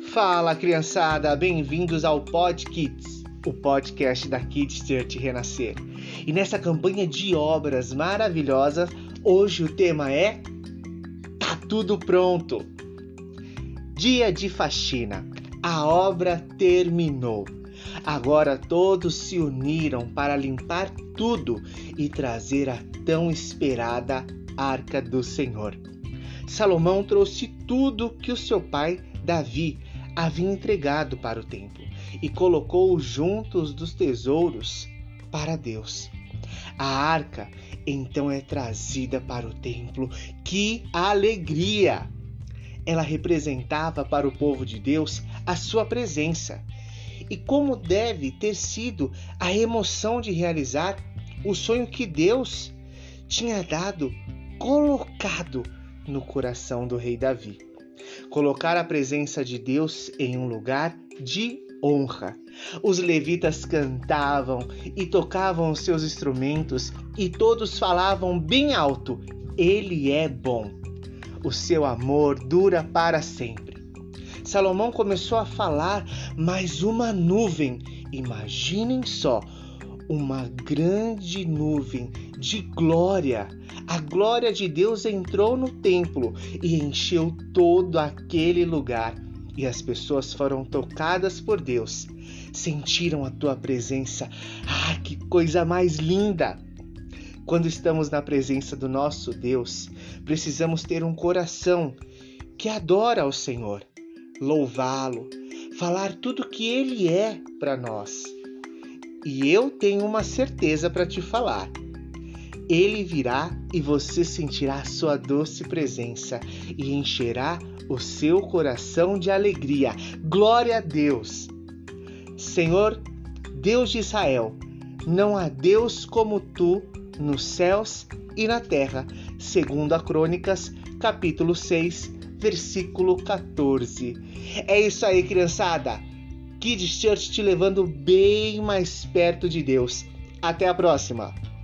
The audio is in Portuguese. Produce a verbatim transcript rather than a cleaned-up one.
Fala, criançada, bem-vindos ao Pod Kids, o podcast da Kids Church Renascer. E nessa campanha de obras maravilhosas, hoje o tema é Tá tudo pronto. Dia de faxina, a obra terminou. Agora todos se uniram para limpar tudo e trazer a tão esperada Arca do Senhor. Salomão trouxe tudo que o seu pai, Davi, havia entregado para o templo e colocou juntos dos tesouros para Deus. A arca então é trazida para o templo. Que alegria! Ela representava para o povo de Deus a sua presença. E como deve ter sido a emoção de realizar o sonho que Deus tinha dado, colocado no coração do rei Davi. Colocar a presença de Deus em um lugar de honra. Os levitas cantavam e tocavam os seus instrumentos e todos falavam bem alto: Ele é bom. O seu amor dura para sempre. Salomão começou a falar, mas uma nuvem, imaginem só, uma grande nuvem de glória. A glória de Deus entrou no templo e encheu todo aquele lugar. E as pessoas foram tocadas por Deus. Sentiram a tua presença. Ah, que coisa mais linda! Quando estamos na presença do nosso Deus, precisamos ter um coração que adora ao Senhor, louvá-lo, falar tudo que Ele é para nós. E eu tenho uma certeza para te falar. Ele virá e você sentirá a sua doce presença e encherá o seu coração de alegria. Glória a Deus! Senhor, Deus de Israel, não há Deus como tu nos céus e na terra. Segundo a Crônicas, capítulo seis, versículo catorze. É isso aí, criançada! Kids Church te levando bem mais perto de Deus. Até a próxima!